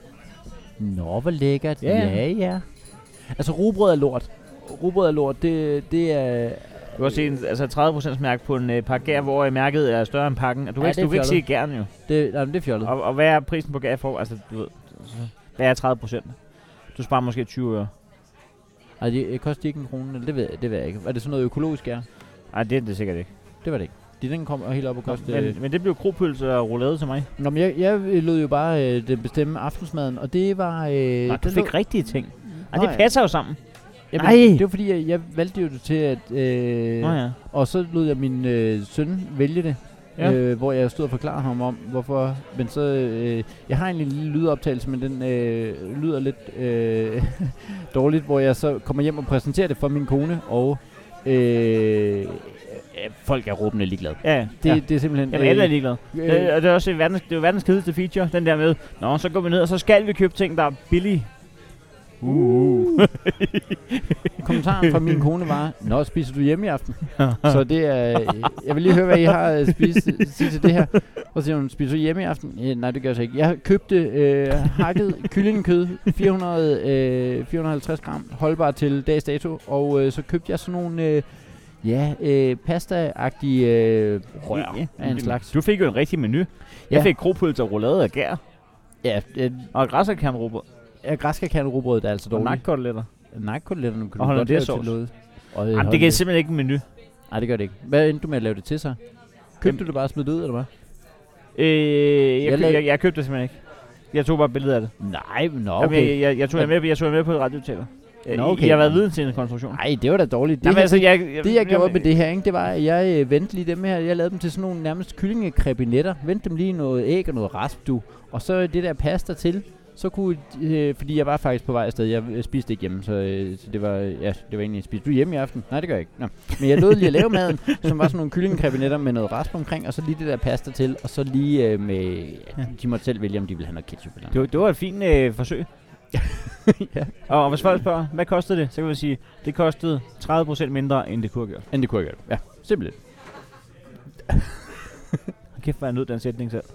Nå, hvor lækkert. Ja. Ja, ja. Altså, rugbrød er lort. Rugbrød er lort, det, det er... Du kan også se en, altså tredive procent mærke på en øh, pakke gær, hvor øh, mærket er større end pakken. Og du kan, Ja, ikke, det er du kan ikke se fjollet. gæren jo. Det, nej, men det er fjollet. Og, og hvad er prisen på gær for? Altså, du ved, altså, hvad er tredive procent? Du sparer måske tyve øre. Ej, det, det koster ikke en krone, eller det ved, jeg- det ved jeg ikke. Er det sådan noget økologisk gær? Nej, det er det sikkert ikke. Det var det ikke. De, den kom helt op og koste... Men, men det blev kropølse og roulade til mig. Nå, men jeg, jeg lod jo bare øh, det bestemme aftensmaden, og det var... Øh, Nej, du den fik lå- rigtige ting. Ej, Nå, det ja. passer jo sammen. Jamen, Nej. det var fordi, jeg, jeg valgte jo det til, at... Øh, Nå ja. Og så lod jeg min øh, søn vælge det, Ja. ja. øh, hvor jeg stod og forklarede ham om, hvorfor. Men så, øh, jeg har egentlig en lille lydoptagelse, men den øh, lyder lidt øh, dårligt, hvor jeg så kommer hjem og præsenterer det for min kone, og øh, folk er råbende ligeglade. Ja, Det, ja. ja. det er simpelthen... Jamen, alle er ligeglade. øh, Øh, og det er også verdens, det er jo verdens kedeligste feature, den der med, nå, så går vi ned, og så skal vi købe ting, der er billige. Uh. kommentaren fra min kone var, nå, spiser du hjemme i aften? Så det er, jeg vil lige høre, hvad I har at spise, sige til det her. Og så siger hun, spiser du hjemme i aften? Eh, nej, det gør jeg så ikke. Jeg købte øh, hakket kyllingekød, fire hundrede, øh, fire hundrede og halvtreds gram, holdbar til dags dato. Og øh, så købte jeg sådan nogle, øh, ja, øh, pasta-agtige øh, rør Ja, af en slags. Du fik jo en rigtig menu. Jeg Ja. fik kropølser, roulade og gær. Ja, øh, Og græsserkernrugbrød. ja, græskarkærnerugbrød, der er altså Og dårligt. nakkoteletter. Nakkoteletterne kunne Og du godt lave hollandaisesauce. til noget. Og, øh, Jamen, det kan simpelthen ikke en menu. Nej, det gør det ikke. Hvad endte du med at lave det til så? Købte du det bare og smidt det ud, eller hvad? Øh, jeg, Jeg køb, lavede- jeg, jeg købte det simpelthen ikke. Jeg tog bare billeder af det. Nej, nå Okay. okay. Jamen, jeg, jeg, jeg, tog jer med, jeg tog jer med på et radiotaler. Nå, Okay. okay. Jeg har været viden til en konstruktion. Nej, det var da dårligt. Det, Jamen, her, altså, jeg, jeg, det jeg gjorde med det her, ikke, det var, at jeg øh, vendte lige dem her. Jeg lavede dem til sådan nogle nærmest kyllingekrebinetter. Vendte dem lige noget æg og noget rasp, du. Og så det der pasta til. Så kunne, øh, fordi jeg var faktisk på vej afsted. Jeg øh, spiste ikke hjemme, så, øh, så det var, ja, det var egentlig, spiste du hjemme i aften? Nej, det gør jeg ikke. Nå. Men jeg lod lige at lave maden, som var sådan nogle kyllingekrebinetter med noget rasp omkring, og så lige det der pasta til, og så lige øh, med, ja, de måtte selv vælge, om de ville have noget ketchup eller Det var, det var et fint øh, forsøg. ja. Og, og hvis folk spørger, hvad kostede det? Så kan vi sige, det kostede tredive procent mindre, end det kunne have gjort. End det kunne jeg gøre. Ja, simpelthen. Kæft, hvor jeg nød den sætning selv.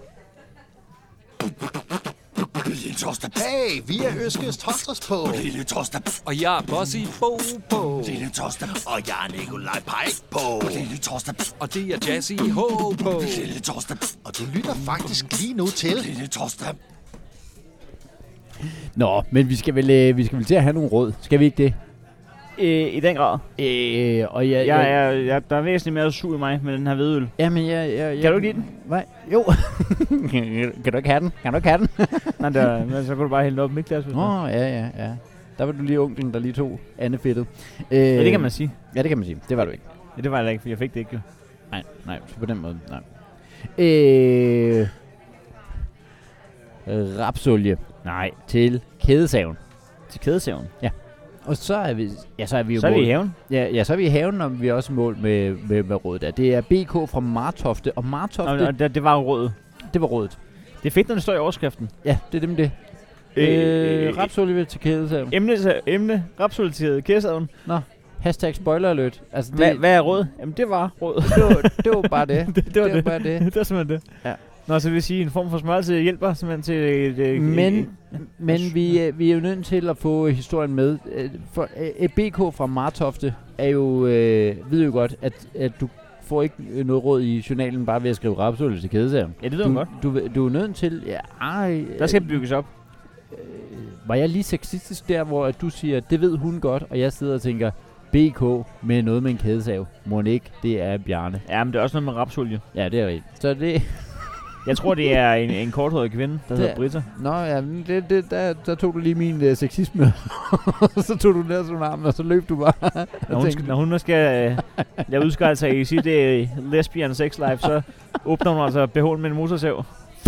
Lille torsdag. Hey, vi er Øskes Tosters på. Lille torsdag. Og jeg er Bossy Bo på. Lille torsdag. Og jeg er Nikolaj Pike på. Lille torsdag. Og det er Jazzy Ho på. Lille torsdag. Og du lytter faktisk lige nu til Lille torsdag. Nå, men vi skal vel, øh, vi skal vel til at have nogle råd. Skal vi ikke det? Øh, I den grad. Øh, og jeg, Jeg er, jeg, der er væsentligt mere sur i mig med den her hvedøl. Ja, men jeg, jeg, jeg... Kan du ikke lide den? Hvad? Jo. Kan du ikke have den? Kan du ikke have den? Nej, der, men så kan du bare hælde den op i mikglas. hvis du- Nå, ja, ja, ja. Der var du lige onklen, der lige tog andefedtet. Øh, Ja, det kan man sige. Ja, det kan man sige. Det var du ikke. Ja, det var jeg da ikke, for jeg fik det ikke. Jo. Nej, nej, så på den måde, nej. Øh, rapsolie Nej, til kædesaven. til kædesaven. Og så er vi, ja, så er vi jo Så er vi i mål. haven. Ja, ja, så er vi i haven, og vi er også i mål med, med, med rådet der. Det er B K fra Martofte, og Martofte, Og, og det, det var jo rådet. det var rådet. Det er fedt, når det står i overskriften. Ja, det er dem det. Øh, øh, rapsolie til kædesaven. Emne, emne rapsolie til kædesaven. Hashtag spoiler alert. Altså, det, Hvad, hvad er råd? Jamen, det var råd. det, var, det var bare det. det, det var det. det. Var bare det. det var simpelthen det. Ja. Nå, så vil jeg sige, en form for smørelse hjælper simpelthen til... Et, et, Men, men vi, er- vi er jo nødt til at få historien med. Øh, For øh, B K fra Martofte er jo, øh, ved jo godt, at, at du får ikke øh, noget råd i journalen bare ved at skrive rapsolie til kædesaven. Ja, det ved man Du, godt. du, du er nødt til... Ja, ej, Der skal bygges op. øh, var jeg lige sexistisk der, hvor at du siger, det ved hun godt, og jeg sidder og tænker, B K med noget med en kædesav. Må ikke, det er Bjarne. Ja, men det er også noget med rapsolie. Ja, det er rigtigt. Så det... Jeg tror, det er en, en korthåret kvinde, der Det hedder er- Britta. Nå ja, men det, det, der, der tog du lige min uh, sexisme, og så tog du ned sådan armen, og så løb du bare. Når hun, skal, når hun skal øh, lave udskejelser i sit øh, lesbian sex life, så åbner hun altså B H'en med en motorsav.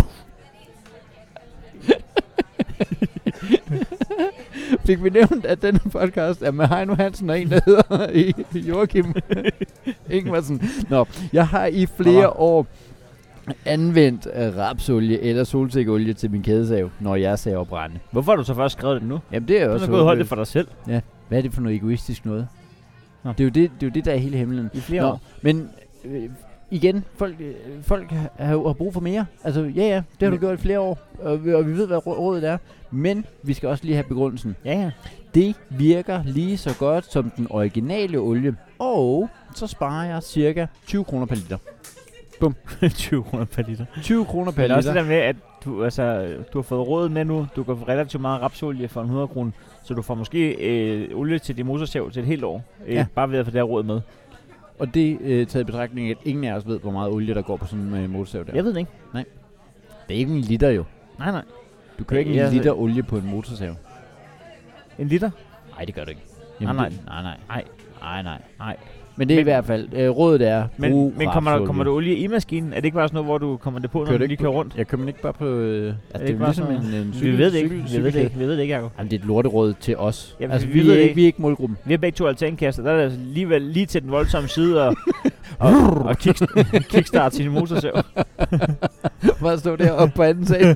Fik vi nævnt, at denne podcast er med Heino Hansen og en, der hedder i Joachim Ingvarsen. Nå, jeg har i flere Nå. år anvendt uh, rapsolie eller solsikkeolie til min kædesav, når jeg saver brænde. Hvorfor har du så først skrevet det nu? Jamen det er Du også har gået og holdt det håbløst. for dig selv Hvad er det for noget egoistisk noget? Nå. Det er, jo det, det er jo det, der er hele hemmeligheden. i flere Nå, år. men øh, igen, folk, øh, folk har, har har brug for mere. Altså, ja, ja, det har du Men- gjort i flere år, og vi, og vi ved, hvad rå- rådet er. Men vi skal også lige have begrundelsen. Ja, ja. Det virker lige så godt som den originale olie, og så sparer jeg cirka tyve kroner per liter. tyve kroner per liter. tyve kroner per Men også det liter. der med, at du, altså, du har fået råd med nu. Du kan få relativt meget rapsolie for en hundrede kroner. Så du får måske øh, olie til din motorsav til et helt år. Øh, Ja. Bare ved at få det her råd med. Og det øh, taget i betragtning, at ingen af os ved, hvor meget olie, der går på sådan en øh, motorsav der. Jeg ved det ikke. Det er ikke en liter jo. Nej, nej. Du kører ikke Ja, en liter olie på en motorsav. En liter? Nej, det gør du ikke. Nej, nej. det- nej, nej. Nej. Nej, nej. Nej. Men det er Men- i hvert fald, øh, rådet er, brug Men, men kommer, der, rapsolie. kommer der olie i maskinen? Er det ikke bare sådan noget, hvor du kommer det på, når Kører du du lige ikke kører på- rundt? Jeg køber den ikke bare på... Øh, altså, det det er ikke jo bare ligesom sådan en, en Vi cykel, ved det ikke. cykel, Vi ved det cykelkæde. ikke. Vi ved det ikke, Jacob. Jamen, det er et lorteråd til os. Jamen, altså, vi vi, ved er det ikke, ikke. vi er ikke målgruppen. Vi har begge to altankaster. Der er det altså alligevel lige til den voldsomme side og, og, og kickst- kickstart sin motorsav. Bare stå der oppe på anden sal.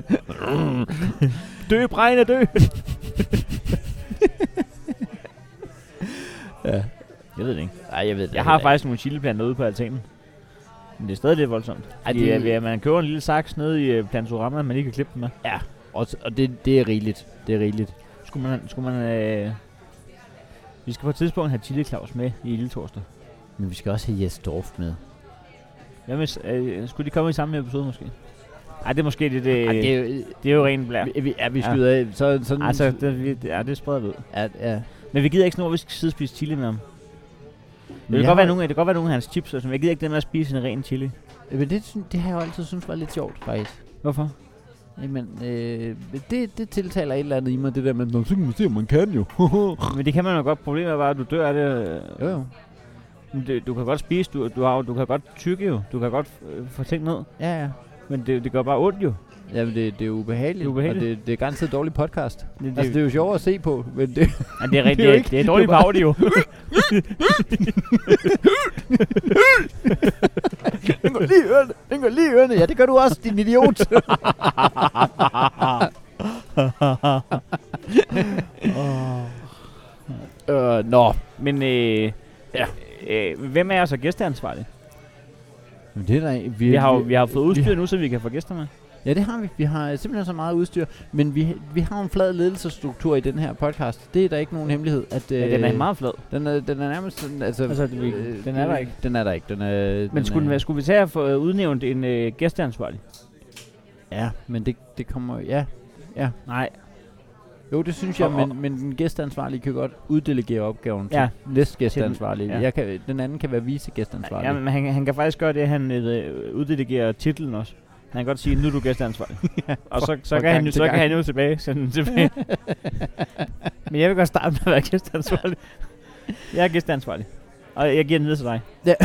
Dø, bregne, dø! Ja. Jeg ved det ikke. Nej, jeg ved det Jeg har faktisk nogle chileplanter ude på altanen. Men det er stadig lidt voldsomt. Ej, Fordi, det- at man køber en lille saks nede i uh, Plantorama, man ikke kan klippe den med. Ja, og, og det, det er rigeligt. Det er rigeligt. Skulle man... Skulle man øh... Vi skal på et tidspunkt have Chili Claus med i Lille Torsdag. Men vi skal også have Jes Dorf med. Hvad med, øh, skulle de komme i samme episode måske? Nej, det er måske det. Det, Ej, det er jo... det er jo rent blær. Vi, vi, ja, vi Ja. skyder af. Så, sådan, Altså, det, vi, ja, det spreder vi ud. Ja, ja. Men vi gider ikke sådan, hvor vi skal sidde og spise chili med ham. Det kan jeg godt være har- nogle, det kan godt være nogle af hans chips, og sådan. Jeg gider ikke den med at spise en ren chili. Men det, syn- det har jeg jo altid synes var lidt sjovt, faktisk. Hvorfor? Jamen, øh, det, det tiltaler et eller andet i mig, det der med, nå, så kan man se, om man kan jo. Men det kan man jo godt. Problemet er bare, at du dør af det. jo, jo. Men det, du kan godt spise, du, du, har, du kan godt tygge jo. Du kan godt øh, få ting ned. Ja, ja. Men det, det gør bare ondt jo. Jamen, det, det er ubehageligt. Det er ubehageligt. Og det, det er garanteret dårlig podcast. Det, Det, altså, det er jo sjovt at se på, men det... ja, det er rigtigt. det er jo Det, ikke- det er dårligt på det er bare- audio. Den går lige i ørerne. Den går lige i ørerne. Ja, det gør du også, din idiot. øh, nå. Men øh, Ja. øh, hvem er så gæsteansvarlig? Men det er der, vi, Vi har jo vi har fået udstyr vi, nu, så vi kan få gæster med. Ja, det har vi. Vi har simpelthen så meget udstyr. Men vi, vi har en flad ledelsesstruktur i den her podcast. Det er der ikke nogen hemmelighed. At, Ja, den er meget flad. Den er, den er nærmest sådan, altså... Altså, det, vi, øh, den er der ikke. Den er der ikke. Den er, Men den skulle, er, den, skulle vi tage at få øh, udnævnt en øh, gæsteansvarlig? Ja, men det, det kommer... Ja. Nej. Jo, det synes jeg, Og- og- men, men den gæsteansvarlige kan godt uddelegere opgaven Ja. til næstgæsteansvarlige. Ja. Jeg kan, den anden kan være vicegæsteansvarlig. Ja, men han, han kan faktisk gøre det, at han øh, uddelegerer titlen også. Han kan godt sige, nu er du gæsteansvarlig. Ja, Og så, så, fra kan han, gang jo- til så kan gang. han jo tilbage, sende den tilbage. Men jeg vil godt starte med at være gæsteansvarlig. Jeg er gæsteansvarlig. Og jeg giver den videre til dig.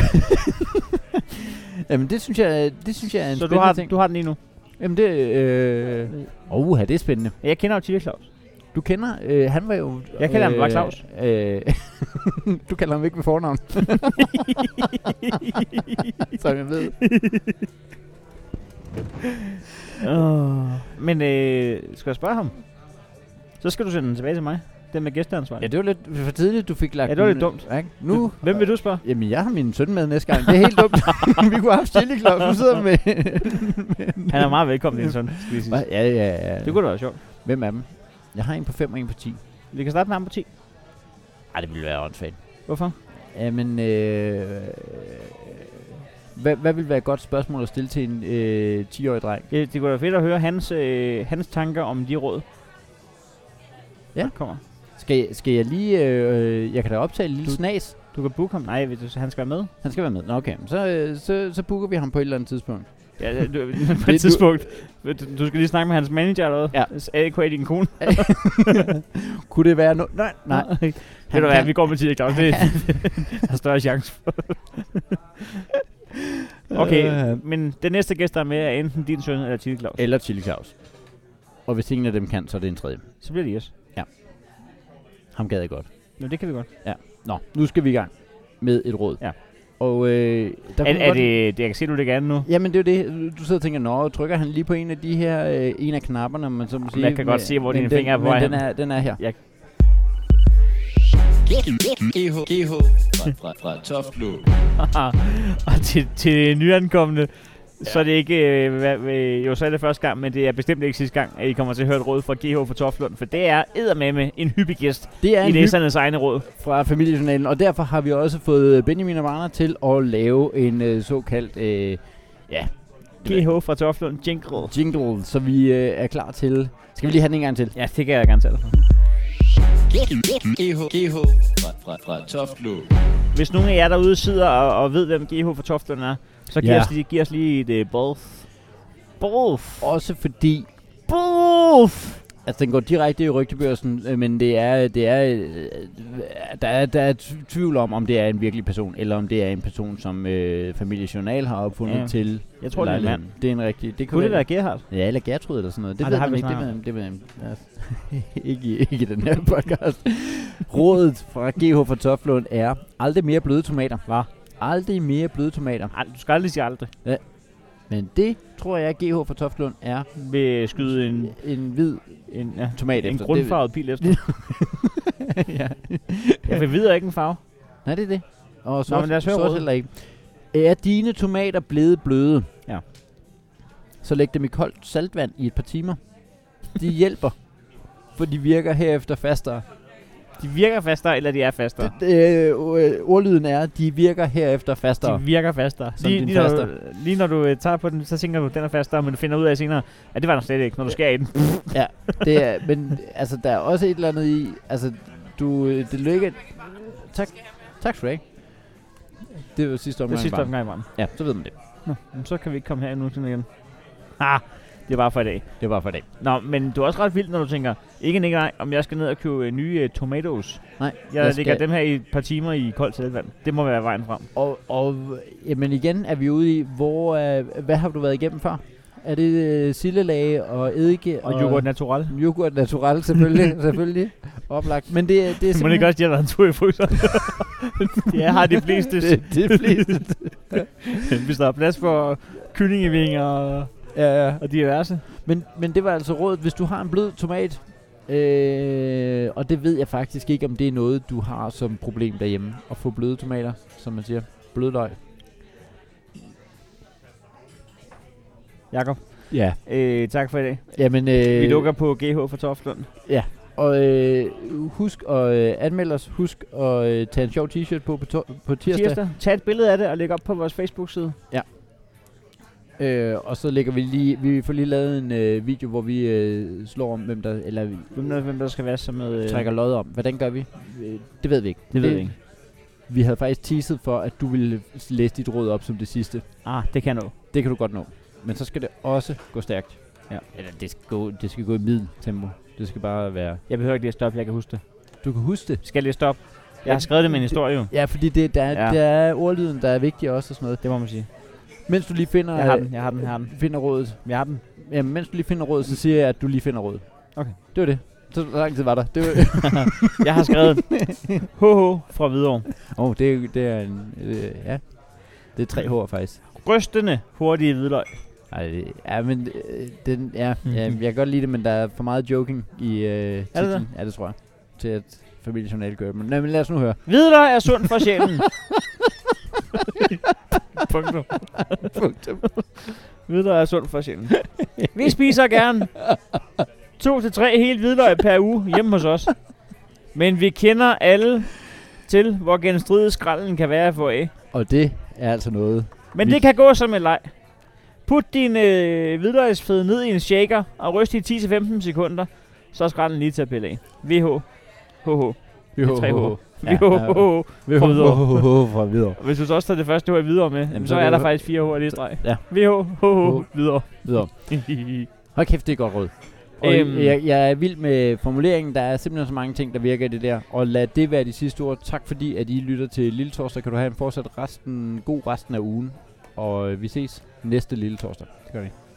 Jamen, det synes jeg, det synes jeg er en Så du spændende har, ting. du har den lige nu. Jamen, det... Øh... Åh, det er spændende. Jeg kender jo Chili Claus. Du kender... Øh, han var jo... Jeg kalder ham bare Claus. Øh, du kalder ham ikke ved fornavn. Som jeg ved. Oh. Men øh, skal jeg spørge ham? Så skal du sende den tilbage til mig. Den med gæsteansvarlig. Ja, det var lidt for tidligt, du fik lagt Ja, det var den- lidt dumt. Ja, ikke? Nu... Hvem vil du spørge? Jamen, jeg har min søn med næste gang. Det er helt dumt. Vi kunne have haft Chili Claus. Nu sidder med... Han er meget velkommen, din søn. Skal vi sige. Hva? Ja, ja, ja. Det kunne da være sjovt. Hvem er dem? Jeg har en på fem og en på ti. Vi kan starte med ham på ti. Ej, det ville være åndssvagt. Hvorfor? Jamen, øh, hvad, hvad vil være et godt spørgsmål at stille til en øh, ti-årig dreng? Ja, det kunne være fedt at høre hans, øh, hans tanker om de råd. Ja. Der kommer. Skal, jeg- skal jeg lige... Øh, jeg kan da optage en lille Du- snas. Du kan booke ham. Nej, hvis du, han skal være med. Han skal være med. Nå, okay. Så, øh, så, så booker vi ham på et eller andet tidspunkt. Ja, ja, du, på du- et tidspunkt. Du, du skal lige snakke med hans manager eller hvad? Ja. A K A din kone. Kunne det være noget? Nej, nej. Ved du hvad, kan- vi går med Chili Claus. Det er større chance for. Okay, Øh. men den næste gæst, der er med, er enten din søn eller Chili Claus. Eller Chili Claus. Og hvis ingen af dem kan, så er det en tredje. Så bliver det yes. Ham gad jeg godt. Nå, det kan vi godt. Nå, nu skal vi i gang med et råd. Ja. Og øh, der Er, kunne er godt- det, det, jeg kan se, du det gerne nu. Jamen det er jo det, du sidder og tænker, nå, trykker han lige på en af de her, øh, en af knapperne, man så må sige. jeg kan godt se, hvor men dine den, fingre er på men vej den hen. er, den er her. Jeg, G H, G H fra, fra, fra Toftlå. og til, til nyankomne, ja. Så er det ikke, øh, hvad, øh, jo så er det første gang, men det er bestemt ikke sidste gang, at I kommer til at høre et råd fra G H fra Toftlund, for det er eddermame en hyppig gæst Det er i en hyp læsernes egne råd. fra familiejournalen, og derfor har vi også fået Benjamin og Warner til at lave en øh, såkaldt, øh, ja, G H fra Toftlund, jingle. jingle, så vi øh, er klar til. Skal vi lige have den en gang til? Ja, det kan jeg gerne tage dig for. G H, G H fra, fra, fra Toftlå. Hvis nogen af jer derude sidder og, og ved, hvem G H fra Toftlund er, så giv, Ja. os, lige, giv os lige et uh, both. Both. Også fordi, Both. altså den går direkte i rygtebørsen, øh, men det er, det er, øh, der er, der er tv- tvivl om, om det er en virkelig person, eller om det er en person, som øh, familiejournal har opfundet Ja. til Jeg tror, det er en mand. lejligheden. Det er en rigtig, det Kunne det være Gerhard? Ja, eller Gertrud eller sådan noget. Det Ej, ved det har man vi ikke. Det snakket ved, det ved, ja. ikke, i- ikke i den her podcast. Rådet fra G H fra Toftlund er aldrig mere bløde tomater. Hvad? Aldrig mere bløde tomater. Ej, du skal aldrig sige aldrig. Men det tror jeg, G H fra Toftlund er Vil skyde en, en hvid en, ja, tomat en efter. grundfarvet pil efter. ja. Jeg vil videre ikke en farve. Nej, det er det. Og Nå, sort, men lad os høre sort rådet. heller ikke. Er dine tomater blevet bløde? Ja. Så læg dem i koldt saltvand i et par timer. De hjælper, for de virker herefter fastere. De virker fastere, eller de er fastere? Det, øh, ordlyden er, de virker herefter fastere. De virker fastere. Som Lige, din lige, når faster. du, lige når du øh, tager på den, så tænker du, den er fastere, men du finder ud af senere, at det var den slet ikke, når du skærer i den. Ja, det er, men altså, der er også et eller andet i, altså, du, øh, det lykker, tak, tak skal du have. Det var sidste Det omgang. er sidste bare. omgang i varmen. Ja, så ved man det. Nå, men så kan vi ikke komme her nu til igen. Ah, det er bare for i dag. Det var bare for i dag. Nå, men du er også ret vildt, når du tænker, ikke nej, nej, om jeg skal ned og købe øh, nye uh, tomatoes. Nej, Jeg, jeg lægger skal, dem her i et par timer i koldt saltvand. Det må være vejen frem. og, og jamen igen er vi ude i, hvor, øh, hvad har du været igennem før? Er det øh, sildelage og eddike Og, og yoghurt natural. Yoghurt natural, selvfølgelig, selvfølgelig. Oplagt. Men det, det er Det må ikke også, de har været en tur i fryseren. Jeg har de fleste. det, det fleste. Hvis der er plads for kyllingevinger og, Ja, ja. og diverse. Men, men det var altså rådet, hvis du har en blød tomat, øh, og det ved jeg faktisk ikke, om det er noget, du har som problem derhjemme, at få bløde tomater, som man siger. Blødløg. Jakob, Ja. øh, tak for i dag. Jamen, øh, Vi lukker på G H for Toftlund. Og øh, husk at øh, anmelde os. Husk at øh, tage en sjov t-shirt på på, to- på tirsdag. Tirsdag. Tag et billede af det og læg op på vores Facebook-side. Øh, og så lægger vi lige, vi får lige lavet en øh, video, hvor vi øh, slår om, hvem der, eller vi Hvem der, hvem der skal være som med... Øh, trækker lod om. Hvordan gør vi? Øh, det ved vi ikke. Det ved vi ikke. Vi havde faktisk teaset for, at du ville læse dit råd op som det sidste. Ah, det kan jeg nå. Det kan du godt nå. Men så skal det også gå stærkt. Ja. Eller det skal gå, det skal gå i middeltempo. Det skal bare være... Jeg behøver ikke lige at stoppe, jeg kan huske det. Du kan huske det. Skal jeg lige stoppe? Jeg har skrevet det med en historie jo. Ja, fordi det, der, Ja. ja. der er ordlyden, der er vigtig også og sådan noget. Det må man sige. Mens du lige finder, Jeg har den, jeg har den, jeg har den. finder rådet. Jeg har den. Jamen, mens du lige finder rådet, så siger jeg, at du lige finder rådet. Okay. Det var det. Så lang tid var der. Det var Jeg har skrevet H H fra Hvidovre. Åh, oh, det, er- det er en... Øh, ja. Det er tre H'er faktisk. Rystende hurtige hvidløg. Ej, det- ja, men øh, den, ja, ja, jeg kan godt lide det, men der er for meget joking i øh, titlen. det? Ja, det tror jeg. Til at familiejournal gør. Men, nej, men lad os nu høre. Hvidløg er sundt for sjælen. Punktum. Punktum. Hvidløg er sundt for sjælen. Vi spiser gerne to til tre helt hvidløg per uge hjemme hos os. Men vi kender alle til, hvor genstridig skralden kan være at få af. Og det er altså noget. Men Vi- det kan gå som en leg. Put din øh, hvidløgsfede ned i en shaker og ryst i ti til femten sekunder. Så er skralden lige til at pille af. V H. H H. V H tre H. H. V H. H H. V H H fra videre. Hvis du så også tager det første H videre med, jamen, så, så er er der det- faktisk fire H'er lige i streg. Ja. V H. H H. Videre. Videre. Hold kæft, det er godt råd. Og Øhm. jeg, jeg er vild med formuleringen. Der er simpelthen så mange ting, der virker i det der. Og lad det være de sidste ord. Tak fordi, at I lytter til Lille Torsdag. Kan du have en fortsat resten, god resten af ugen. Og øh, vi ses næste Lille Torsdag. Det gør vi.